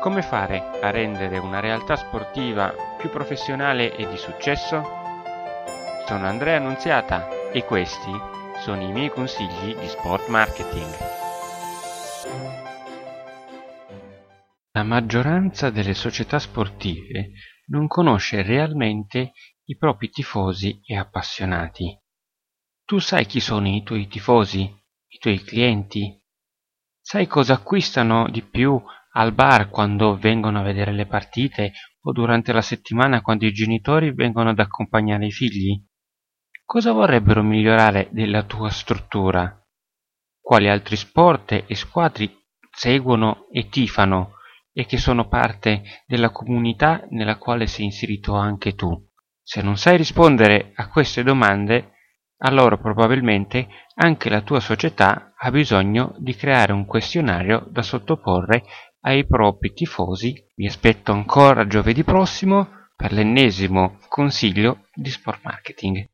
Come fare a rendere una realtà sportiva più professionale e di successo? Sono Andrea Annunziata e questi sono i miei consigli di sport marketing. La maggioranza delle società sportive non conosce realmente i propri tifosi e appassionati. Tu sai chi sono i tuoi tifosi, i tuoi clienti? Sai cosa acquistano di più al bar quando vengono a vedere le partite o durante la settimana quando i genitori vengono ad accompagnare i figli? Cosa vorrebbero migliorare della tua struttura? Quali altri sport e squadre seguono e tifano e che sono parte della comunità nella quale sei inserito anche tu? Se non sai rispondere a queste domande, allora probabilmente anche la tua società ha bisogno di creare un questionario da sottoporre ai propri tifosi. Vi aspetto ancora giovedì prossimo per l'ennesimo consiglio di sport marketing.